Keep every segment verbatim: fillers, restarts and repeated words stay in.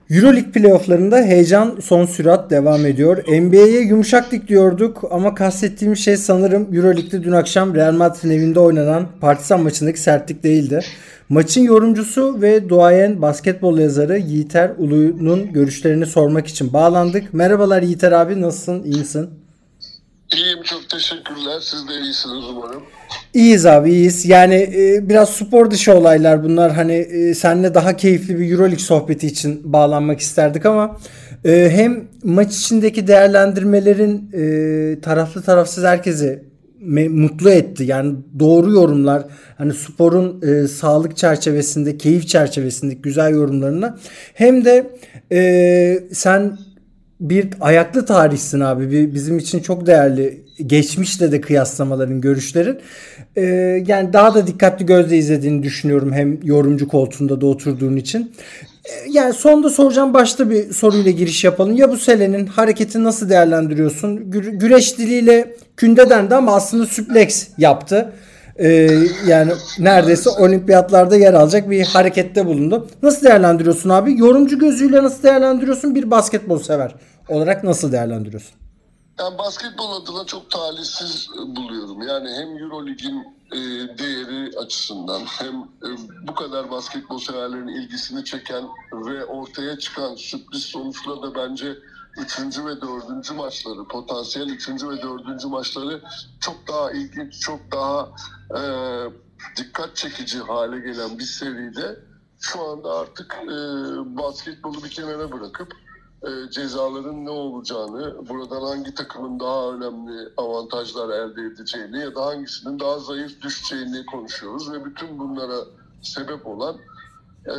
Euroleague playofflarında heyecan son sürat devam ediyor. N B A'ye yumuşaklık diyorduk ama kastettiğim şey sanırım Euroleague'de dün akşam Real Madrid'in evinde oynanan Partizan maçındaki sertlik değildi. Maçın yorumcusu ve duayen basketbol yazarı Yiğiter Ulu'nun görüşlerini sormak için bağlandık. Merhabalar Yiğiter abi, nasılsın? İyi misin? İyiyim, çok teşekkürler. Siz de iyisiniz umarım. İyiyiz abi, iyiyiz. Yani e, biraz spor dışı olaylar bunlar. Hani e, seninle daha keyifli bir Euroleague sohbeti için bağlanmak isterdik ama e, hem maç içindeki değerlendirmelerin e, taraflı tarafsız herkesi me- mutlu etti. Yani doğru yorumlar, hani sporun e, sağlık çerçevesinde, keyif çerçevesindeki güzel yorumlarına, hem de e, sen bir ayaklı tarihsin abi. Bir, bizim için çok değerli. Geçmişle de kıyaslamaların, görüşlerin. Ee, yani daha da dikkatli gözle izlediğini düşünüyorum. Hem yorumcu koltuğunda da oturduğun için. Ee, yani sonda soracağım, başta bir soruyla giriş yapalım. Ya bu Sele'nin hareketini nasıl değerlendiriyorsun? Gü- güreş diliyle künde dendi ama aslında süpleks yaptı. Ee, yani neredeyse olimpiyatlarda yer alacak bir harekette bulundu. Nasıl değerlendiriyorsun abi? Yorumcu gözüyle nasıl değerlendiriyorsun? Bir basketbol sever olarak nasıl değerlendiriyorsun? Ben basketbol adına çok talihsiz buluyorum. Yani hem Euroleague'in e, değeri açısından hem e, bu kadar basketbol severlerin ilgisini çeken ve ortaya çıkan sürpriz sonuçla da bence üçüncü ve dördüncü maçları, potansiyel üçüncü ve dördüncü maçları çok daha ilginç, çok daha e, dikkat çekici hale gelen bir seride şu anda artık e, basketbolu bir kenara bırakıp e, cezaların ne olacağını, buradan hangi takımın daha önemli avantajlar elde edeceğini ya da hangisinin daha zayıf düşeceğini konuşuyoruz ve bütün bunlara sebep olan e,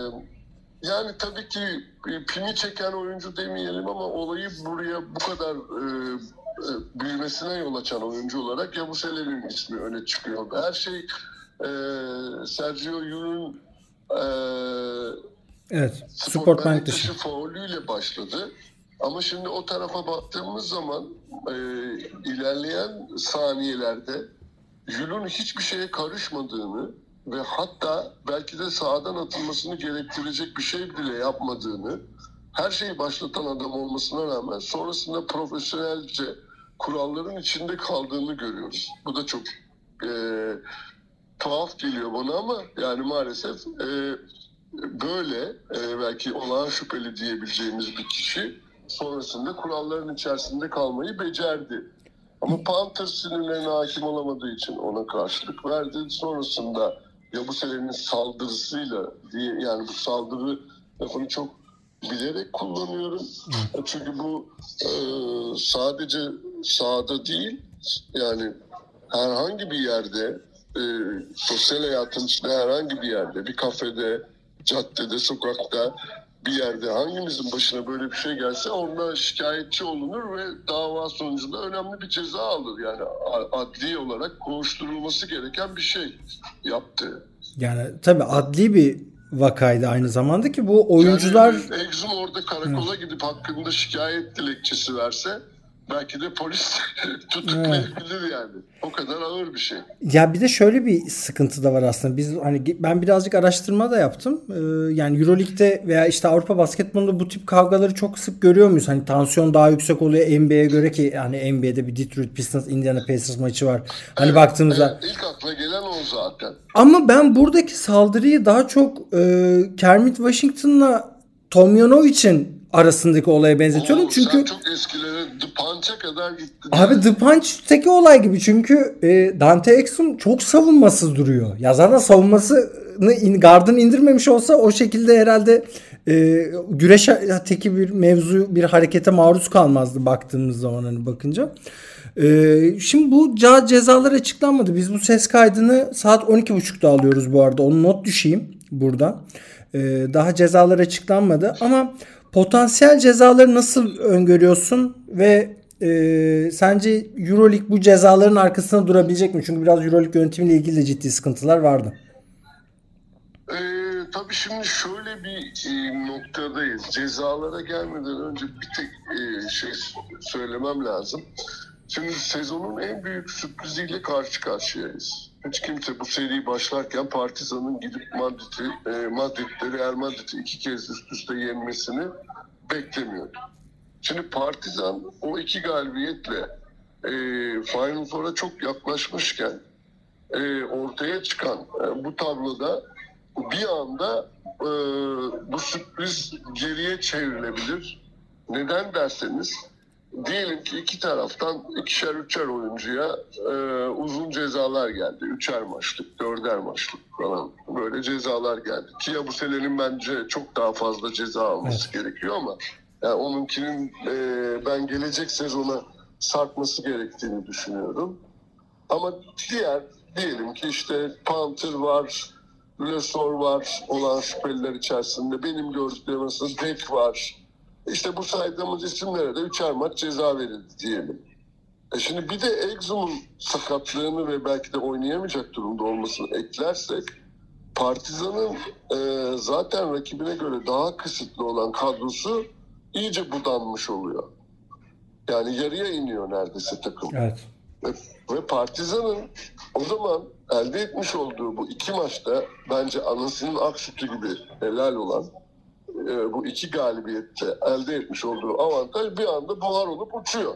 yani tabii ki e, pimi çeken oyuncu demeyelim ama olayı buraya bu kadar e, e, büyümesine yol açan oyuncu olarak Yabusele'nin ismi öne çıkıyor. Her şey e, Sergio Llull'un e, Evet. sportmenlik Sportman dışı. dışı faulüyle başladı. Ama şimdi o tarafa baktığımız zaman e, ilerleyen saniyelerde Jül'ün hiçbir şeye karışmadığını ve hatta belki de sahadan atılmasını gerektirecek bir şey bile yapmadığını, her şeyi başlatan adam olmasına rağmen sonrasında profesyonelce kuralların içinde kaldığını görüyoruz. Bu da çok e, tuhaf geliyor bana ama yani maalesef e, böyle e, belki olağan şüpheli diyebileceğimiz bir kişi sonrasında kuralların içerisinde kalmayı becerdi. Ama Panthers sinirlerine hakim olamadığı için ona karşılık verdi. Sonrasında ya bu senenin saldırısıyla diye, yani bu saldırı lafını çok bilerek kullanıyorum. Hı. Çünkü bu e, sadece sahada değil, yani herhangi bir yerde, e, sosyal hayatın içinde herhangi bir yerde, bir kafede, caddede, sokakta bir yerde hangimizin başına böyle bir şey gelse onda şikayetçi olunur ve dava sonucunda önemli bir ceza alır. Yani adli olarak kovuşturulması gereken bir şey yaptı. Yani tabii adli bir vakaydı aynı zamanda ki bu oyuncular... Yani Exum orada karakola Hı. gidip hakkında şikayet dilekçesi verse belki de polis tutuklayabilir evet. Yani. O kadar ağır bir şey. Ya bir de şöyle bir sıkıntı da var aslında. Biz hani ben birazcık araştırma da yaptım. Ee, yani Euroleague'de veya işte Avrupa basketbolunda bu tip kavgaları çok sık görüyor muyuz? Hani tansiyon daha yüksek oluyor N B A'ye göre ki yani N B A'de bir Detroit Pistons Indiana Pacers maçı var. Hani evet, baktığımızda evet, ilk akla gelen o zaten. Ama ben buradaki saldırıyı daha çok e, Kermit Washington'la Tomjanovic'in arasındaki olaya benzetiyorum. Oo, çünkü sen çok eskilere The Punch'a kadar gittin. Abi yani. The Punch'teki olay gibi çünkü e, Dante Exum çok savunmasız duruyor. Ya zaten savunmasını in, gardını indirmemiş olsa o şekilde herhalde e, güreş teki bir mevzu, bir harekete maruz kalmazdı baktığımız zaman hani bakınca. E, şimdi bu ca- cezalar açıklanmadı. Biz bu ses kaydını saat on iki buçukta alıyoruz bu arada. Onu not düşeyim buradan. E, daha cezalar açıklanmadı ama potansiyel cezaları nasıl öngörüyorsun ve e, sence Euroleague bu cezaların arkasında durabilecek mi? Çünkü biraz Euroleague yönetimiyle ilgili de ciddi sıkıntılar vardı. Ee, tabii şimdi şöyle bir e, noktadayız. Cezalara gelmeden önce bir tek e, şey söylemem lazım. Şimdi sezonun en büyük sürpriziyle karşı karşıyayız. hiç kimse bu seri başlarken Partizan'ın gidip Madrid'i, e, Madrid'de Real Madrid'i iki kez üst üste yenmesini beklemiyordu. Şimdi Partizan o iki galibiyetle e, Final Four'a çok yaklaşmışken e, ortaya çıkan e, bu tabloda bir anda e, bu sürpriz geriye çevrilebilir. Neden derseniz, diyelim ki iki taraftan ikişer üçer oyuncuya e, uzun cezalar geldi. Üçer maçlık, dörder maçlık falan böyle cezalar geldi. Ki Yabusele'nin bence çok daha fazla ceza alması evet. gerekiyor ama yani onunkinin e, ben gelecek sezona sarkması gerektiğini düşünüyorum. Ama diğer diyelim ki işte Panther var, Lesor var olan şüpheliler içerisinde. Benim gördüklerim arasında Dek var. İşte bu saydığımız isimlere de üçer maç ceza verildi diyelim. E şimdi bir de Exum'un sakatlığını ve belki de oynayamayacak durumda olmasını eklersek Partizan'ın e, zaten rakibine göre daha kısıtlı olan kadrosu iyice budanmış oluyor. Yani yarıya iniyor neredeyse takım. Evet. Ve, ve Partizan'ın o zaman elde etmiş olduğu bu iki maçta bence anasının ak sütü gibi helal olan e, bu iki galibiyette elde etmiş olduğu avantaj bir anda buhar olup uçuyor.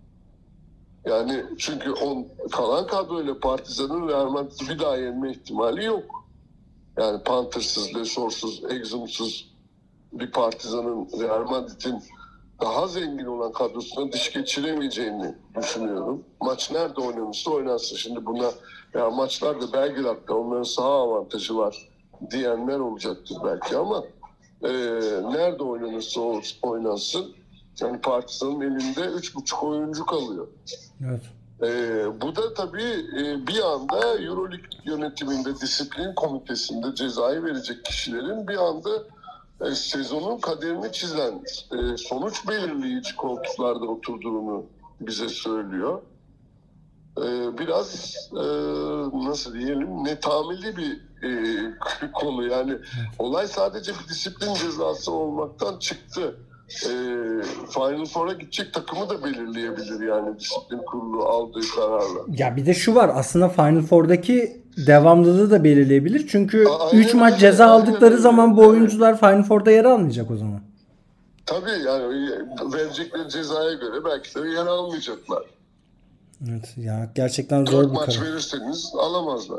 Yani çünkü on, kalan kadroyla Partizan'ın Real Madrid'i bir daha yenme ihtimali yok. Yani Panther'sız, Lesor'suz, Exum'suz bir Partizan'ın Real Madrid'in daha zengin olan kadrosuna diş geçiremeyeceğini düşünüyorum. Maç nerede oynanırsa oynansın. Şimdi buna ya maçlarda Belgrad'da onların saha avantajı var diyenler olacaktır belki ama e, nerede oynanırsa oynansın. Yani Partizan'ın elinde üç buçuk oyuncu kalıyor. Evet. E, bu da tabii e, bir anda Euroleague yönetiminde, disiplin komitesinde cezayı verecek kişilerin bir anda e, sezonun kaderini çizen, e, sonuç belirleyici koltuklarda oturduğunu bize söylüyor. E, biraz e, nasıl diyelim netameli bir e, konu. Yani olay sadece bir disiplin cezası olmaktan çıktı. E, Final Four'a gidecek takımı da belirleyebilir yani disiplin kurulu aldığı kararla. Ya bir de şu var, aslında Final Four'daki devamlılığı da belirleyebilir. Çünkü üç maç ceza aldıkları aynen, zaman bu oyuncular evet. Final Four'da yer almayacak o zaman. Tabii yani verecekleri cezaya göre belki de yer almayacaklar. Evet ya gerçekten zor bir maç karar. verirseniz alamazlar.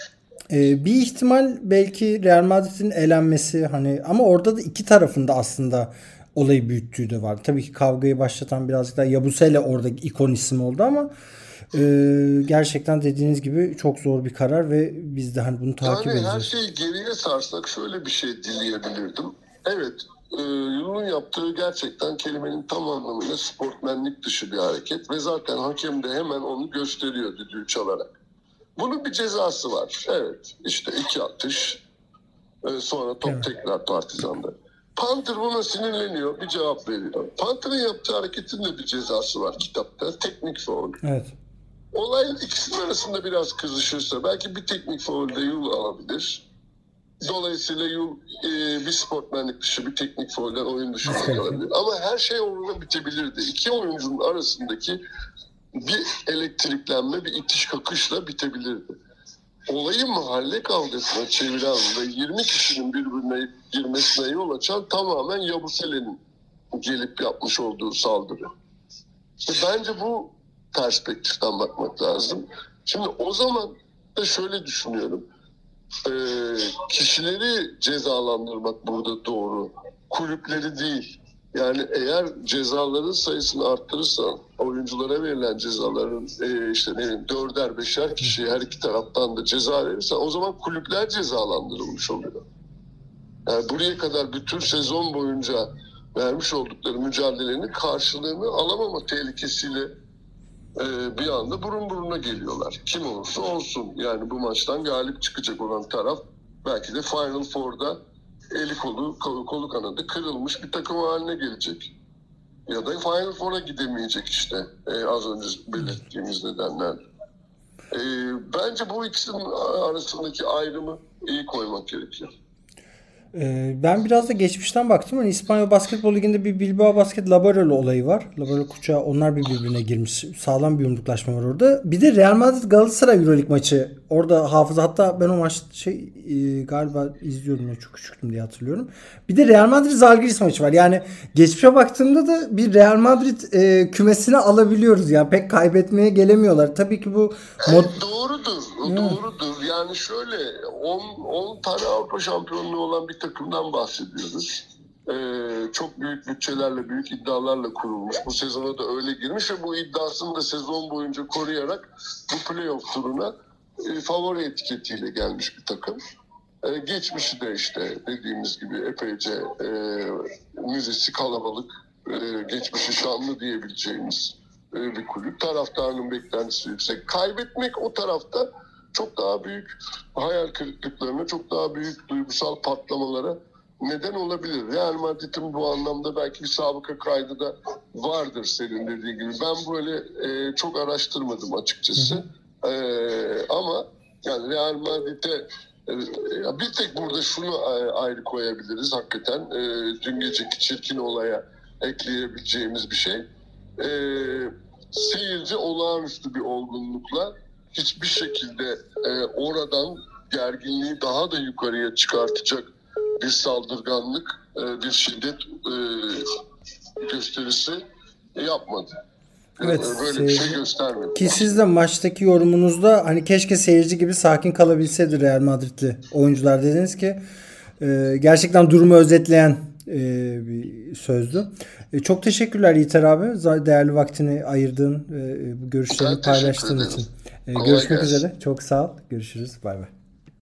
Ee, bir ihtimal belki Real Madrid'in elenmesi hani ama orada da iki tarafında aslında olayı büyüttüğü de var. Tabii ki kavgayı başlatan birazcık daha Yabusele orada ikon isim oldu ama e, gerçekten dediğiniz gibi çok zor bir karar ve biz de hani bunu takip yani edeceğiz. Her şeyi geriye sarsak şöyle bir şey dileyebilirdim. Evet, e, Yunus'un yaptığı gerçekten kelimenin tam anlamıyla sportmenlik dışı bir hareket ve zaten hakem de hemen onu gösteriyor düdüğü çalarak. Bunun bir cezası var. Evet, işte iki atış, e, sonra top evet. tekrar Partizan'da. Panther buna sinirleniyor, bir cevap veriyor. Panther'ın yaptığı hareketin de bir cezası var kitapta. Teknik faul. Evet. Olay ikisinin arasında biraz kızışırsa belki bir teknik faulde Yul alabilir. Dolayısıyla Yul e, bir sportmenlik dışı bir teknik faulden oyun dışında kalabilir. Ama her şey orada bitebilirdi. İki oyuncunun arasındaki bir elektriklenme, bir itiş kakışla bitebilirdi. Olayı mahalle kavgasına çeviren ve yirmi kişinin birbirine girmesine yol açan tamamen Yabusele'nin gelip yapmış olduğu saldırı. İşte bence bu perspektiften bakmak lazım. Şimdi o zaman da şöyle düşünüyorum. Ee, kişileri cezalandırmak burada doğru. Kulüpleri değil. Yani eğer cezaların sayısını arttırırsan, oyunculara verilen cezaların e, işte ne bileyim dörder beşer kişi her iki taraftan da ceza verirsen o zaman kulüpler cezalandırılmış oluyor. Yani buraya kadar bütün sezon boyunca vermiş oldukları mücadelenin karşılığını alamama tehlikesiyle e, bir anda burun buruna geliyorlar. Kim olursa olsun yani bu maçtan galip çıkacak olan taraf belki de Final Four'da eli kolu, kolu, kolu kanadı kırılmış bir takım haline gelecek. Ya da Final Four'a gidemeyecek işte e, az önce belirttiğimiz nedenler. E, bence bu ikisinin arasındaki ayrımı iyi koymak gerekiyor. Ee, Ben biraz da geçmişten baktım. Hani İspanya Basketbol Ligi'nde bir Bilbao Basket Labarol olayı var. Labarol Kuça, onlar bir birbirine girmiş. Sağlam bir yumruklaşma var orada. Bir de Real Madrid Galatasaray Euroleague maçı. Orada hafıza, hatta ben o maç şey e, galiba izliyordum ya, çok küçüktüm diye hatırlıyorum. Bir de Real Madrid Zalgiris maçı var. Yani geçmişe baktığımda da bir Real Madrid e, kümesini alabiliyoruz. Yani pek kaybetmeye gelemiyorlar. Tabii ki bu mod... Doğrudur, doğrudur. Yani şöyle on tane Avrupa şampiyonluğu olan bir takımdan bahsediyoruz. Ee, çok büyük bütçelerle, büyük iddialarla kurulmuş. Bu sezona da öyle girmiş ve bu iddiasını da sezon boyunca koruyarak bu playoff turuna e, favori etiketiyle gelmiş bir takım. Ee, geçmişi de işte dediğimiz gibi epeyce e, müzesi kalabalık, e, geçmişi şanlı diyebileceğimiz e, bir kulüp. Taraftarının beklentisi yüksek. Kaybetmek o tarafta çok daha büyük hayal kırıklıklarına, çok daha büyük duygusal patlamalara neden olabilir. Real Madrid'in bu anlamda belki bir sabıka kaydı da vardır senin dediğin gibi. Ben böyle e, çok araştırmadım açıkçası. E, ama yani Real Madrid'e e, bir tek burada şunu ayrı koyabiliriz hakikaten. E, dün geceki çirkin olaya ekleyebileceğimiz bir şey. E, seyirci olağanüstü bir olgunlukla hiçbir şekilde e, oradan gerginliği daha da yukarıya çıkartacak bir saldırganlık, e, bir şiddet e, gösterisi yapmadı. Evet, E, böyle seyirci... bir şey göstermedi. Ki siz de maçtaki yorumunuzda hani keşke seyirci gibi sakin kalabilseydi Real Madridli oyuncular dediniz ki e, gerçekten durumu özetleyen e, bir sözdü. E, çok teşekkürler Yiğiter abi. Değerli vaktini ayırdığın, e, bu görüşlerini paylaştığın için. E, görüşmek gelsin. üzere. Çok sağ ol. Görüşürüz. Bay bay.